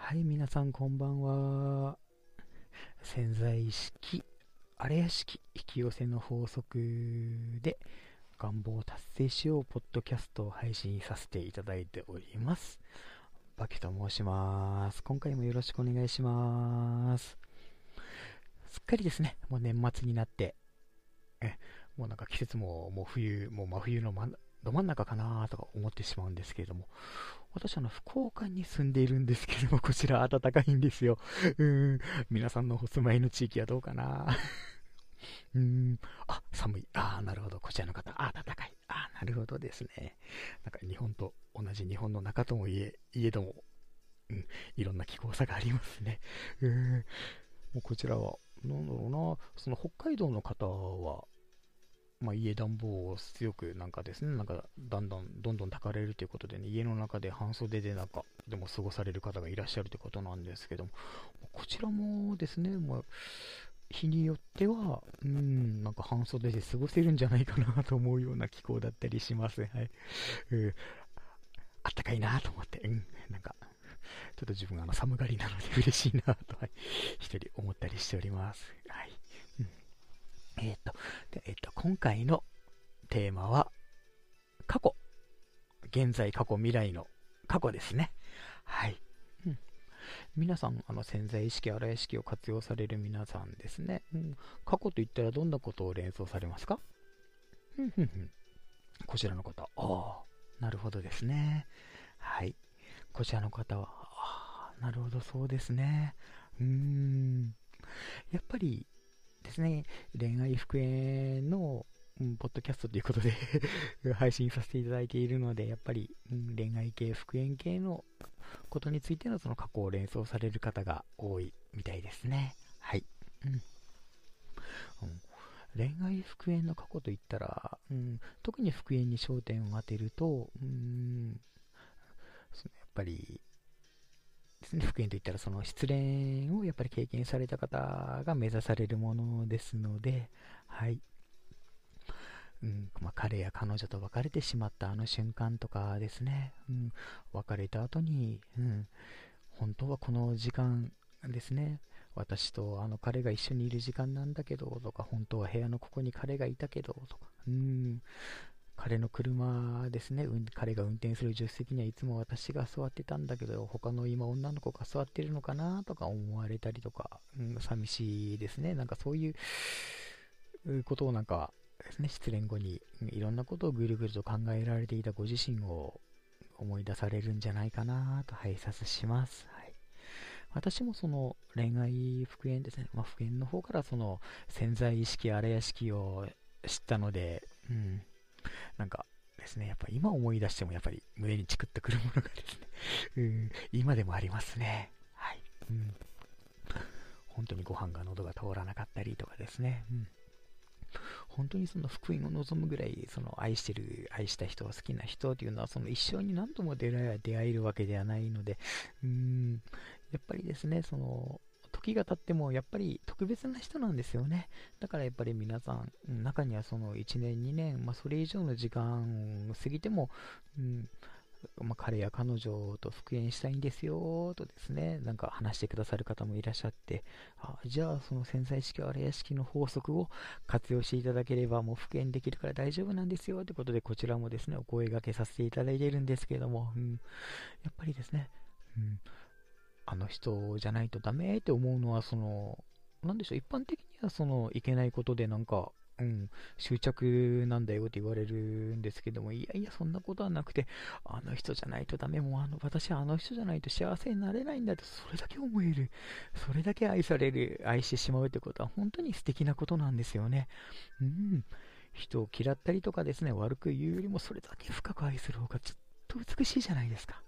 はい、皆さんこんばんは。潜在意識、あれ屋敷、引き寄せの法則で願望を達成しようポッドキャストを配信させていただいております。バキと申します。今回もよろしくお願いします。すっかりですね、もう年末になって、もうなんか季節もう冬、もう真冬のど真ん中かなとか思ってしまうんですけれども、私福岡に住んでいるんですけども、こちら暖かいんですよ。うーん、皆さんのお住まいの地域はどうかな。うーん、寒い。なるほど。こちらの方、暖かい。なるほどですね。なんか日本と同じ日本の中ともいえども、うん、いろんな気候差がありますね。もうこちらは、なんだろうな、その北海道の方は、家暖房を強くなんかですね、なんかどんどん焚かれるということでね、家の中で半袖でなんかでも過ごされる方がいらっしゃるということなんですけども、こちらもですね、日によっては、なんか半袖で過ごせるんじゃないかなと思うような気候だったりします。はい。うん、あったかいなと思って、なんか、ちょっと自分が寒がりなので嬉しいなと、はい、一人思ったりしております。はい。うん、今回のテーマは、過去、現在、過去、未来の過去ですね。はい。うん、皆さん、潜在意識、荒意識を活用される皆さんですね。過去と言ったらどんなことを連想されますか？こちらの方。なるほどですね。はい。こちらの方は、なるほど、そうですね。やっぱりですね、恋愛復縁のポッドキャストということで配信させていただいているので、やっぱり、恋愛系、復縁系のことについてのその過去を連想される方が多いみたいですね。はい。うん、恋愛復縁の過去といったら、特に復縁に焦点を当てると、やっぱりですね、復縁といったらその失恋をやっぱり経験された方が目指されるものですので、はい。彼や彼女と別れてしまったあの瞬間とかですね、別れた後に、本当はこの時間ですね、私とあの彼が一緒にいる時間なんだけどとか、本当は部屋のここに彼がいたけどとか、彼の車ですね、彼が運転する助手席にはいつも私が座ってたんだけど、他の今女の子が座ってるのかなとか思われたりとか、寂しいですね。なんかそういうことをなんかですね、失恋後にいろんなことをぐるぐると考えられていたご自身を思い出されるんじゃないかなと拝察します。はい、私もその恋愛復縁ですね、復縁の方からその潜在意識、荒屋敷を知ったので、なんかですね、やっぱ今思い出してもやっぱり胸にチクッとくるものがですね、今でもありますね。はい。本当にご飯が喉が通らなかったりとかですね。本当にその福音を望むぐらい、その愛してる、愛した人、好きな人というのは、その一生に何度も出会えるわけではないので、やっぱりですね、その、時が経ってもやっぱり特別な人なんですよね。だからやっぱり皆さん、中にはその1年、2年、それ以上の時間を過ぎても、彼や彼女と復縁したいんですよとですね、なんか話してくださる方もいらっしゃって、じゃあその潜在意識荒屋敷の法則を活用していただければもう復縁できるから大丈夫なんですよということで、こちらもですね、お声掛けさせていただいているんですけれども、やっぱりですね、あの人じゃないとダメって思うのは、その、なんでしょう、一般的にはその、いけないことでなんか、執着なんだよって言われるんですけども、いやいや、そんなことはなくて、あの人じゃないとダメ、もう私はあの人じゃないと幸せになれないんだと、それだけ思える、それだけ愛される、愛してしまうってことは、本当に素敵なことなんですよね。うん。人を嫌ったりとかですね、悪く言うよりも、それだけ深く愛する方がずっと美しいじゃないですか。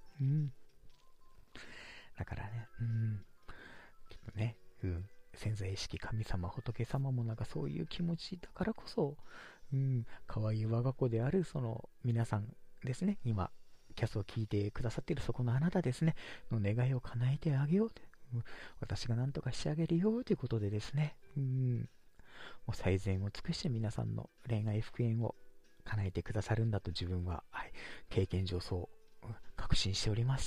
だからね、きっとね、潜在意識、神様、仏様もなんかそういう気持ちだからこそ、可愛い我が子であるその皆さんですね、今、キャスを聞いてくださっているそこのあなたですね、の願いを叶えてあげようと、私が何とかしてあげるよということでですね、もう最善を尽くして皆さんの恋愛復縁を叶えてくださるんだと自分は、経験上そう、確信しております。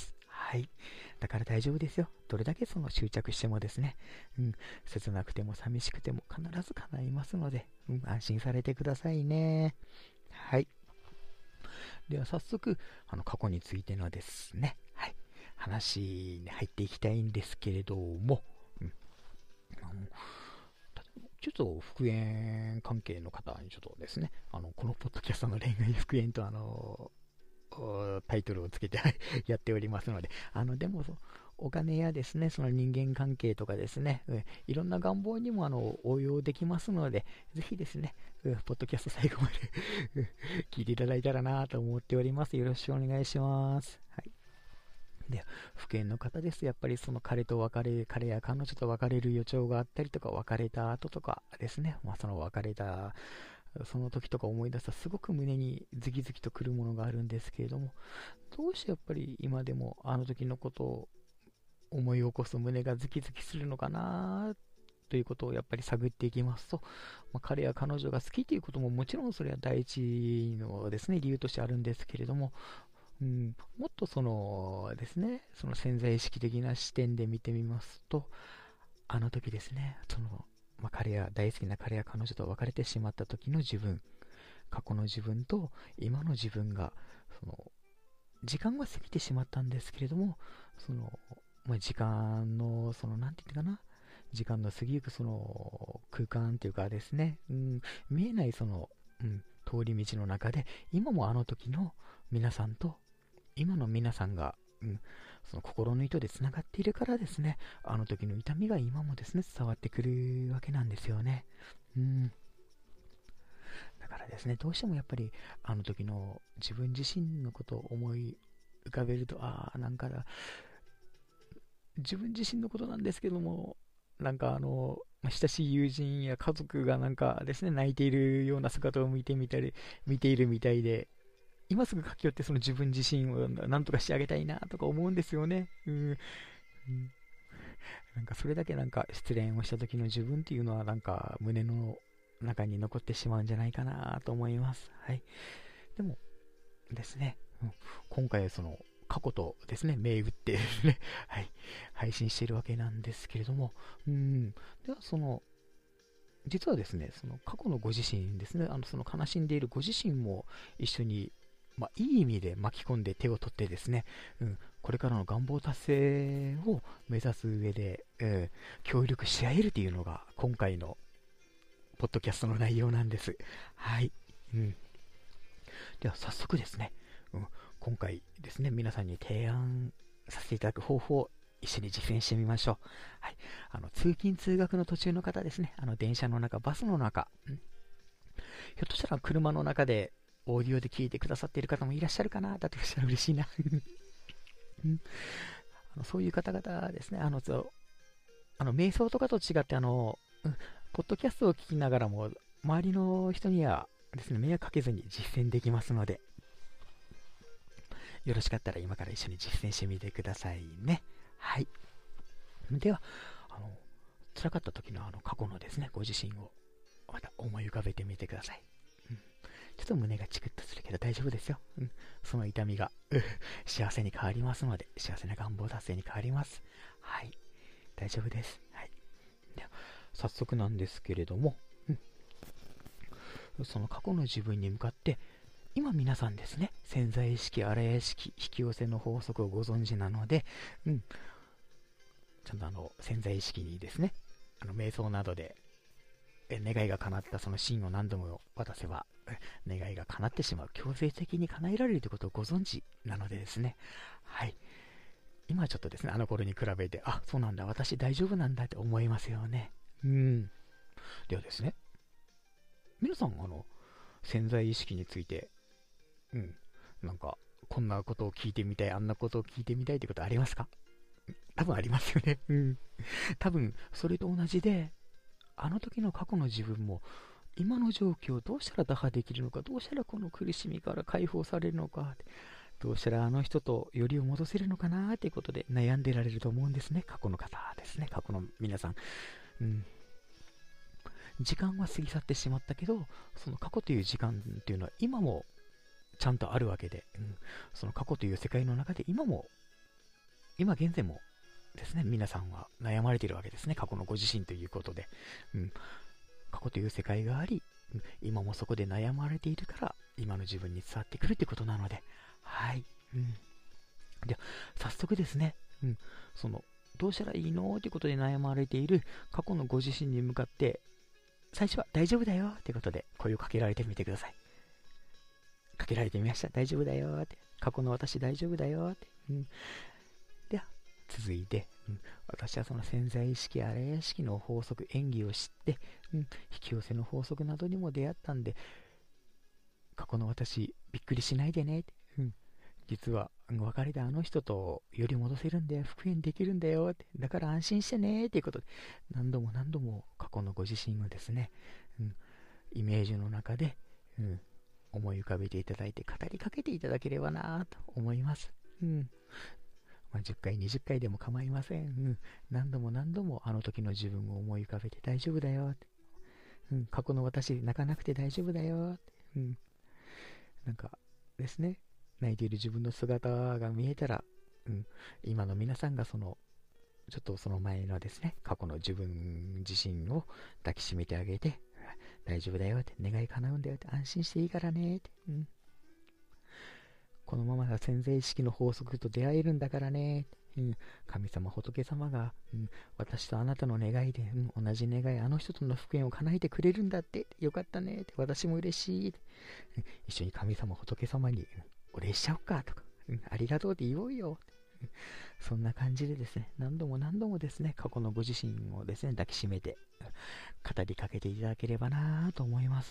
はい。だから大丈夫ですよ。どれだけその執着してもですね、切なくても寂しくても必ず叶いますので、安心されてくださいね。はい。では早速、過去についてのですね、はい、話に入っていきたいんですけれども、あのちょっと復縁関係の方にちょっとですね、このポッドキャストの恋愛復縁とタイトルをつけてやっておりますので、でもお金やですね、その人間関係とかですね、いろんな願望にも応用できますので、ぜひですね、ポッドキャスト最後まで聞いていただいたらなと思っております。よろしくお願いします。はい。で、復縁の方です。やっぱりその彼や彼女と別れる予兆があったりとか、別れた後とかですね、その別れたその時とか思い出すとすごく胸にズキズキとくるものがあるんですけれども、どうしてやっぱり今でもあの時のことを思い起こす胸がズキズキするのかなということをやっぱり探っていきますと、彼や彼女が好きということももちろんそれは第一のですね、理由としてあるんですけれども、もっとそのですね、その潜在意識的な視点で見てみますと、あの時ですね、大好きな彼や彼女と別れてしまった時の自分、過去の自分と今の自分が、時間は過ぎてしまったんですけれども、時間の、なんて言うかな、時間の過ぎゆく空間というかですね、見えない通り道の中で、今もあの時の皆さんと、今の皆さんが、その心の糸でつながっているからですね、あの時の痛みが今もですね、伝わってくるわけなんですよね。だからですね、どうしてもやっぱり、あの時の自分自身のことを思い浮かべると、自分自身のことなんですけども、親しい友人や家族がなんかですね、泣いているような姿を見ているみたいで、今すぐ駆け寄ってその自分自身を何とかしてあげたいなとか思うんですよね。それだけ失恋をした時の自分っていうのは胸の中に残ってしまうんじゃないかなと思います。はい。でもですね、今回は過去とですね、銘打ってですね、はい、配信しているわけなんですけれども、では実はですね、その過去のご自身ですね、その悲しんでいるご自身も一緒にいい意味で巻き込んで手を取ってですね、これからの願望達成を目指す上で、協力し合えるというのが今回のポッドキャストの内容なんです。はい。では早速ですね、今回ですね、皆さんに提案させていただく方法を一緒に実践してみましょう。はい。通勤通学の途中の方ですね、電車の中、バスの中、ひょっとしたら車の中でオーディオで聞いてくださっている方もいらっしゃるかな。だってしたら嬉しいな。そういう方々ですね、瞑想とかと違って、ポッドキャストを聞きながらも、周りの人にはですね、迷惑かけずに実践できますので、よろしかったら今から一緒に実践してみてくださいね。はい。では、辛かった時の過去のですね、ご自身をまた思い浮かべてみてください。ちょっと胸がチクッとするけど大丈夫ですよ。その痛みが幸せに変わりますので、幸せな願望達成に変わります。はい。大丈夫です。はい。では、早速なんですけれども、その過去の自分に向かって、今皆さんですね、潜在意識、荒屋意識、引き寄せの法則をご存知なので、ちゃんと潜在意識にですね、瞑想などで願いが叶ったそのシーンを何度も渡せば願いが叶ってしまう、強制的に叶えられるということをご存知なのでですね、はい、今ちょっとですね、あの頃に比べて、あ、そうなんだ、私大丈夫なんだって思いますよね。ではですね、皆さん潜在意識について、こんなことを聞いてみたい、あんなことを聞いてみたいってことありますか？多分ありますよね。多分それと同じで、あの時の過去の自分も今の状況をどうしたら打破できるのか、どうしたらこの苦しみから解放されるのか、どうしたらあの人とよりを戻せるのかなということで悩んでられると思うんですね。過去の方ですね、過去の皆さん。時間は過ぎ去ってしまったけど、その過去という時間というのは今もちゃんとあるわけで、その過去という世界の中で今も今現在もですね、皆さんは悩まれているわけですね。過去のご自身ということで。過去という世界があり、今もそこで悩まれているから、今の自分に伝わってくるということなので、はい。では、早速ですね、どうしたらいいのということで悩まれている過去のご自身に向かって、最初は大丈夫だよということで声をかけられてみてください。かけられてみました。大丈夫だよって。過去の私大丈夫だよって。では、続いて、私はその潜在意識、荒屋敷の法則、演技を知って、引き寄せの法則などにも出会ったんで、過去の私、びっくりしないでねって。実は別れたあの人とより戻せるんだよ、復縁できるんだよって、だから安心してねっていうことで、何度も何度も過去のご自身をですね、イメージの中で、思い浮かべていただいて語りかけていただければなと思います。10回、20回でも構いません。何度も何度もあの時の自分を思い浮かべて大丈夫だよって。過去の私泣かなくて大丈夫だよって。なんかですね、泣いている自分の姿が見えたら、今の皆さんがちょっとその前のですね、過去の自分自身を抱きしめてあげて、大丈夫だよって、願い叶うんだよって、安心していいからねって、このままが潜在意識の法則と出会えるんだからねって、神様仏様が、私とあなたの願いで、同じ願い、あの人との復縁を叶えてくれるんだって、よかったねって、私も嬉しいって、一緒に神様仏様に、お礼しちゃおうかとか、ありがとうって言おうよ。そんな感じでですね、何度も何度もですね、過去のご自身をですね、抱きしめて、語りかけていただければなと思います。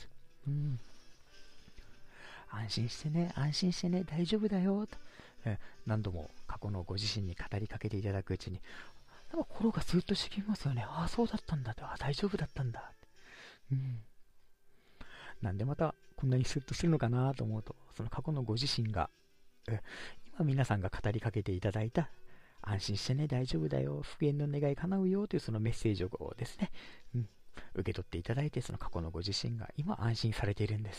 安心してね、安心してね、大丈夫だよと、何度も過去のご自身に語りかけていただくうちに、なんか心がスーッとしてきますよね。ああ、そうだったんだって、大丈夫だったんだって。なんでまたこんなにスッとするのかなと思うと、その過去のご自身が、今皆さんが語りかけていただいた、安心してね、大丈夫だよ、復縁の願い叶うよというそのメッセージをですね、受け取っていただいて、その過去のご自身が今安心されているんです。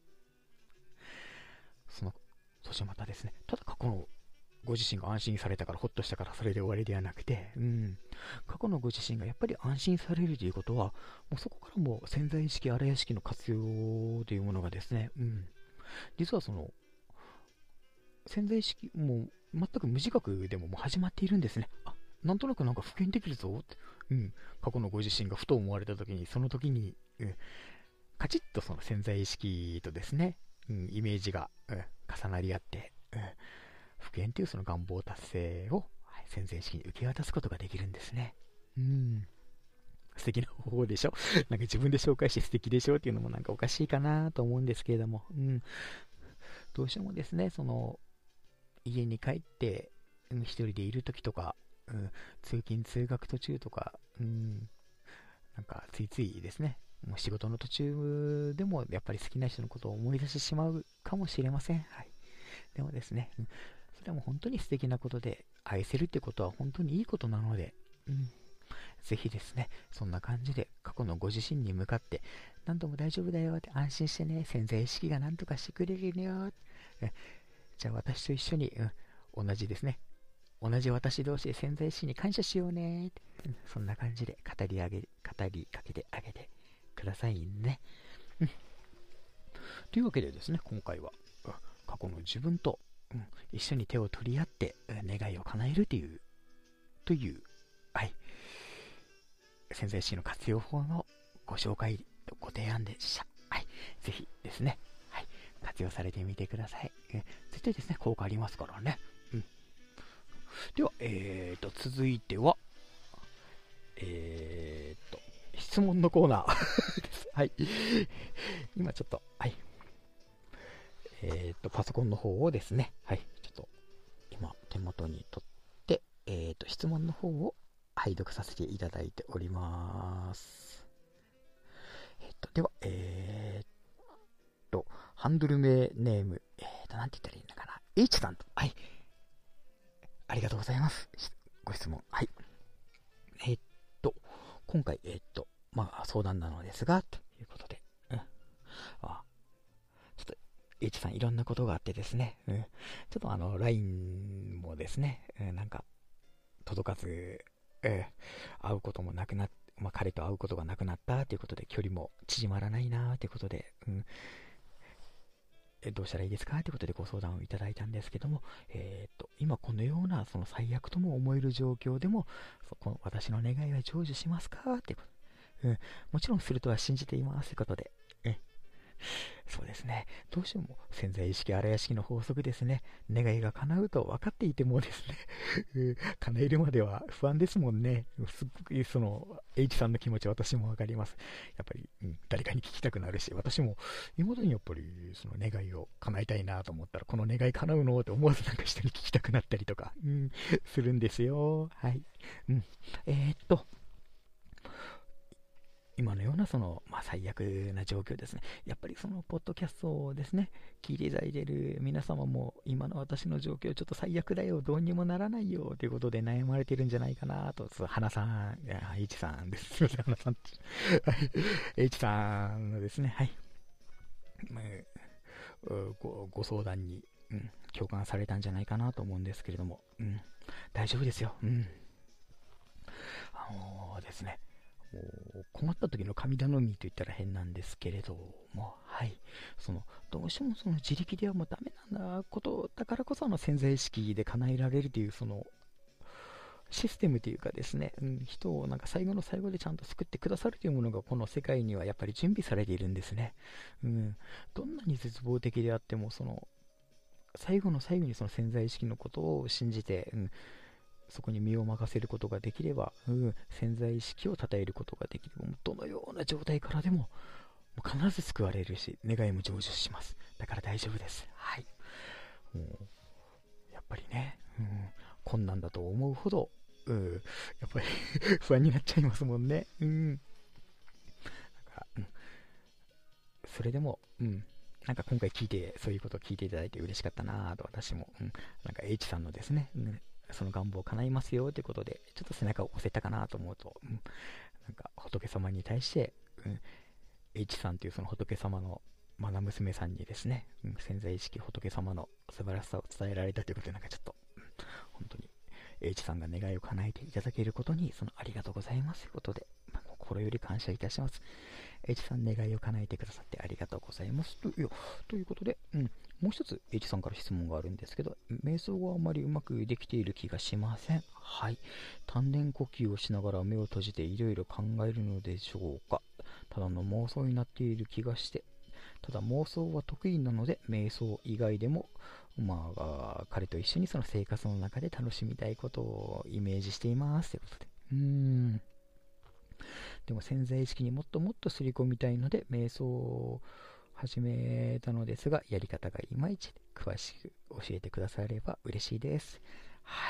そしてまたですね、ただ過去のご自身が安心されたからほっとしたからそれで終わりではなくて、過去のご自身がやっぱり安心されるということは、もうそこからも潜在意識、荒屋敷の活用というものがですね、実はその潜在意識もう全く無自覚でももう始まっているんですね。なんとなくなんか復縁できるぞって、過去のご自身がふと思われた時に、その時に、カチッとその潜在意識とですね、イメージが、重なり合って、復縁というその願望達成を、潜在意識に受け渡すことができるんですね。素敵な方法でしょ。なんか自分で紹介して素敵でしょっていうのもなんかおかしいかなと思うんですけれども、どうしてもですね、その家に帰って、一人でいる時とか、通勤通学途中とか、なんかついついですね、もう仕事の途中でもやっぱり好きな人のことを思い出してしまうかもしれません。でもですね、それはもう本当に素敵なことで、愛せるってことは本当にいいことなので、ぜひですね、そんな感じで過去のご自身に向かって、何度も大丈夫だよって、安心してね、潜在意識が何とかしてくれるよって、じゃあ私と一緒に、同じですね、同じ私同士で潜在意識に感謝しようねって、そんな感じで語りかけてあげてくださいね。というわけでですね、今回は過去の自分と、一緒に手を取り合って願いを叶えるという、潜在意識の活用法のご紹介、ご提案でした。ぜひですね、活用されてみてください。絶対ですね、効果ありますからね。では、続いては、質問のコーナーです。今ちょっと、パソコンの方をですね、ちょっと今手元に取って、質問の方を拝読させていただいております。では、ハンドル名ネーム、なんて言ったらいいのかな、H さんと、ありがとうございます。ご質問。今回、相談なのですが、ということで、ちょっと H さんいろんなことがあってですね、ちょっとLINE もですね、なんか届かず、会うこともなくなっ彼と会うことがなくなったということで、距離も縮まらないなということで、どうしたらいいですかということでご相談をいただいたんですけども、今このようなその最悪とも思える状況でも、この私の願いは成就しますかということ、もちろんするとは信じていますということで、そうですね。どうしても潜在意識荒屋敷の法則ですね。願いが叶うと分かっていてもですね、叶えるまでは不安ですもんね。すっごくその H さんの気持ち私も分かります。やっぱり、誰かに聞きたくなるし、私も妹にやっぱりその願いを叶えたいなと思ったら、この願い叶うのって思わずなんか人に聞きたくなったりとか、するんですよ。はい。今のような最悪な状況ですね。やっぱりそのポッドキャストをですね、聞いていただいている皆様も今の私の状況ちょっと最悪だよ、どうにもならないよということで悩まれているんじゃないかなと、花さん、H さんです。すみません、花さんって。はい。H さんのですね、はい。ご相談に、共感されたんじゃないかなと思うんですけれども、大丈夫ですよ。ですね、もう困った時の神頼みと言ったら変なんですけれども、はい、どうしてもその自力ではもうダメなことだからこそ潜在意識で叶えられるというシステムというかですね、人をなんか最後の最後でちゃんと救ってくださるというものがこの世界にはやっぱり準備されているんですね。どんなに絶望的であっても最後の最後にその潜在意識のことを信じて、そこに身を任せることができれば、潜在意識を称えることができれば、どのような状態からでも、必ず救われるし、願いも成就します。だから大丈夫です。はい。もうやっぱりね、困難だと思うほど、やっぱり不安になっちゃいますもんね。なんか、それでも、なんか今回そういうことを聞いていただいて嬉しかったなぁと私も、なんか H さんのですね、その願望を叶いますよということで、ちょっと背中を押せたかなと思うと、なんか仏様に対して、H さんというその仏様の愛娘さんにですね、潜在意識仏様の素晴らしさを伝えられたということで、なんかちょっと、本当に H さんが願いを叶えていただけることに、ありがとうございますということで、心より感謝いたします。H さん願いを叶えてくださってありがとうございます。ということで、もう一つ H さんから質問があるんですけど、瞑想はあまりうまくできている気がしません。はい。丹田呼吸をしながら目を閉じていろいろ考えるのでしょうか。ただの妄想になっている気がして、ただ妄想は得意なので、瞑想以外でも、彼と一緒にその生活の中で楽しみたいことをイメージしています。ということで。でも潜在意識にもっともっと刷り込みたいので瞑想を始めたのですが、やり方がいまいちで詳しく教えてくだされば嬉しいです。はい。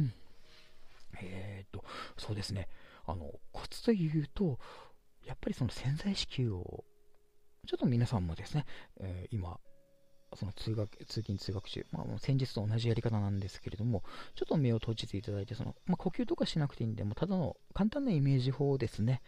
そうですね。コツというと、やっぱりその潜在意識を、ちょっと皆さんもですね、今、通勤通学中、先日と同じやり方なんですけれども、ちょっと目を閉じていただいて、呼吸とかしなくていいんで、ただの簡単なイメージ法ですね。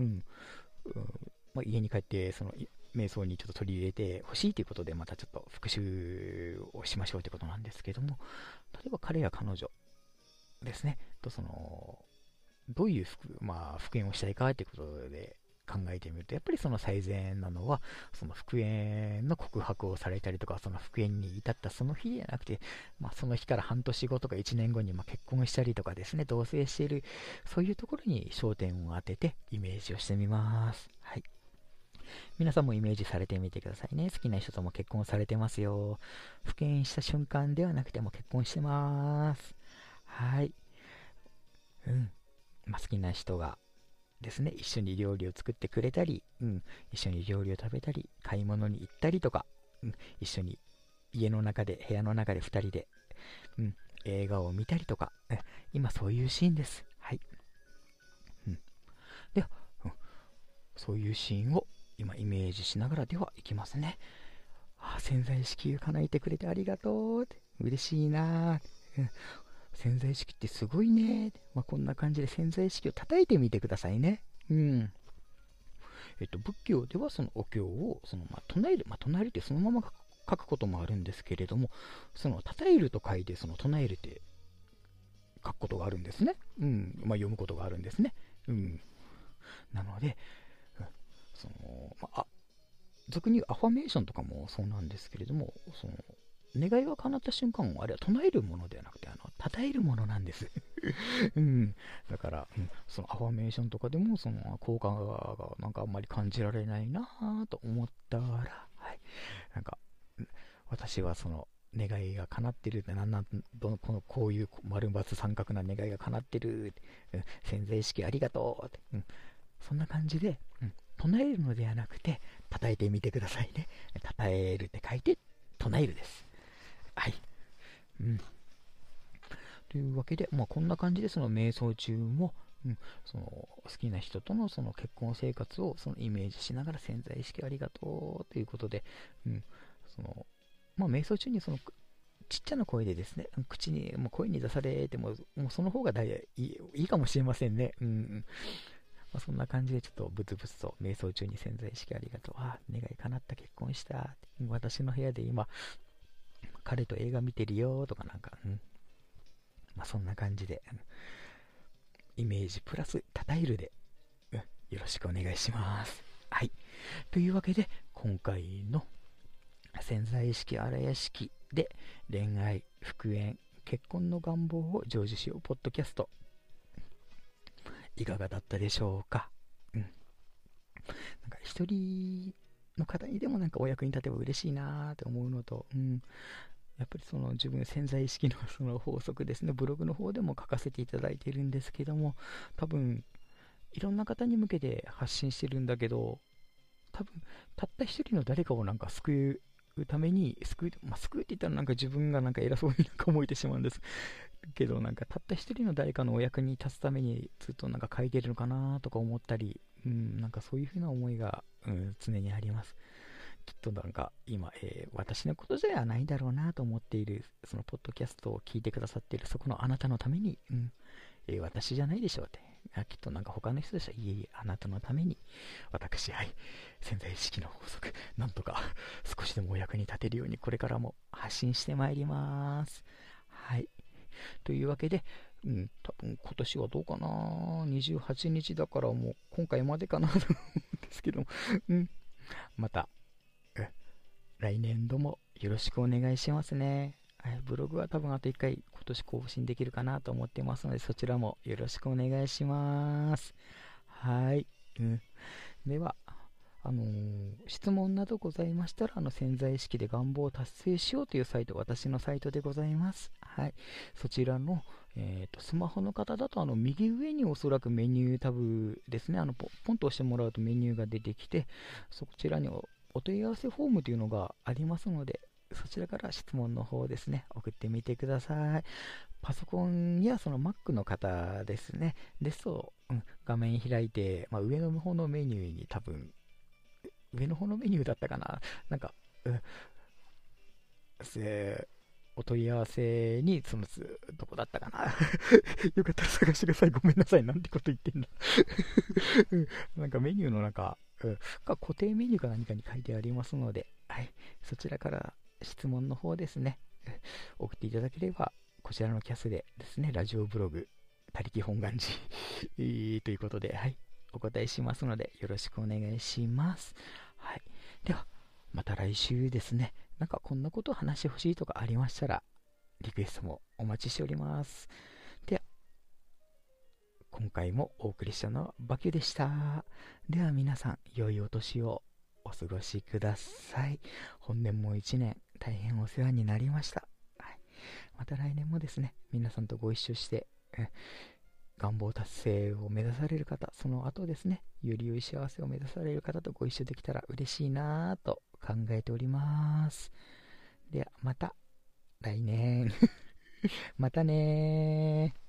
家に帰って、瞑想にちょっと取り入れてほしいということで、またちょっと復習をしましょうということなんですけれども、例えば彼や彼女ですね、どういう復縁をしたいかということで、考えてみると、やっぱり最善なのは、復縁の告白をされたりとか、復縁に至ったその日じゃなくて、その日から半年後とか1年後に結婚したりとかですね、同棲している、そういうところに焦点を当ててイメージをしてみます。はい。皆さんもイメージされてみてくださいね。好きな人とも結婚されてますよ。復縁した瞬間ではなくても結婚してます。はい。好きな人がですね、一緒に料理を作ってくれたり、一緒に料理を食べたり、買い物に行ったりとか、一緒に部屋の中で2人で、映画を見たりとか、今そういうシーンです。はい。では、そういうシーンを今イメージしながらではいきますね。潜在意識を叶えてくれてありがとう。嬉しいな。潜在意識ってすごいね。こんな感じで潜在意識を叩いてみてくださいね。仏教ではそのお経を唱える。唱えるってそのまま書くこともあるんですけれども、その、称えると書いて、その、唱えるって書くことがあるんですね。読むことがあるんですね。なので、その、俗に言うアファメーションとかもそうなんですけれども、その、願いが叶った瞬間、あれは唱えるものではなくて、称えるものなんです。だから、そのアファメーションとかでも、その効果がなんかあんまり感じられないなぁと思ったら、はい、なんか、私はその、願いが叶ってるって、こういう丸×三角な願いが叶ってる、潜在意識ありがとうって、そんな感じで、唱えるのではなくて、称えてみてくださいね。称えるって書いて、唱えるです。はい。というわけで、こんな感じで、その瞑想中も、その好きな人とのその結婚生活をそのイメージしながら潜在意識ありがとうということで、その瞑想中にそのちっちゃな声でですね、口に、声に出されても、その方がいいかもしれませんね。そんな感じでちょっとブツブツと瞑想中に潜在意識ありがとう。願い叶った、結婚した。私の部屋で今、彼と映画見てるよとかなんか、そんな感じで、イメージプラス称えるで、よろしくお願いします。はい。というわけで、今回の潜在意識荒屋敷で恋愛、復縁、結婚の願望を成就しようポッドキャスト、いかがだったでしょうか。なんか一人の方にでもなんかお役に立てば嬉しいなーって思うのと、やっぱりその自分潜在意識のその法則ですね、ブログの方でも書かせていただいているんですけども、多分いろんな方に向けて発信してるんだけど、多分たった一人の誰かをなんか救うために、救うって言ったらなんか自分がなんか偉そうになんか思えてしまうんですけど、なんかたった一人の誰かのお役に立つためにずっとなんか書いてるのかなとか思ったり、なんかそういう風な思いが、常にあります。きっとなんか今、私のことじゃないだろうなと思っている、そのポッドキャストを聞いてくださっているそこのあなたのために、私じゃないでしょうって。きっとなんか他の人でしたら、いえいえ、あなたのために、私、はい、潜在意識の法則、なんとか少しでもお役に立てるように、これからも発信してまいります。はい。というわけで、多分今年はどうかな、28日だからもう今回までかなと思うんですけども、また、来年度もよろしくお願いしますね。はい、ブログは多分あと1回今年更新できるかなと思ってますので、そちらもよろしくお願いします。はい。では、質問などございましたら、潜在意識で願望を達成しようというサイト、私のサイトでございます。はい。そちらの、スマホの方だと、右上におそらくメニュータブですね、ポンと押してもらうとメニューが出てきて、そちらにお問い合わせフォームというのがありますので、そちらから質問の方ですね、送ってみてください。パソコンやその Mac の方ですね、ですと、画面開いて、上の方のメニューに多分、上の方のメニューだったかな、なんか、お問い合わせに、どこだったかなよかったら探してください。ごめんなさい。なんてこと言ってんだなんかメニューの固定メニューか何かに書いてありますので、はい、そちらから質問の方ですね、送っていただければ、こちらのキャスでですね、ラジオブログ、他力本願寺ということで、はい、お答えしますので、よろしくお願いします。はい。では、また来週ですね、なんかこんなことを話してほしいとかありましたら、リクエストもお待ちしております。では、今回もお送りしたのはバキュでした。では皆さん、良いお年をお過ごしください。本年も1年、大変お世話になりました。はい、また来年もですね、皆さんとご一緒して、願望達成を目指される方、その後ですね、より良い幸せを目指される方とご一緒できたら嬉しいなぁと考えております。ではまた来年またねー。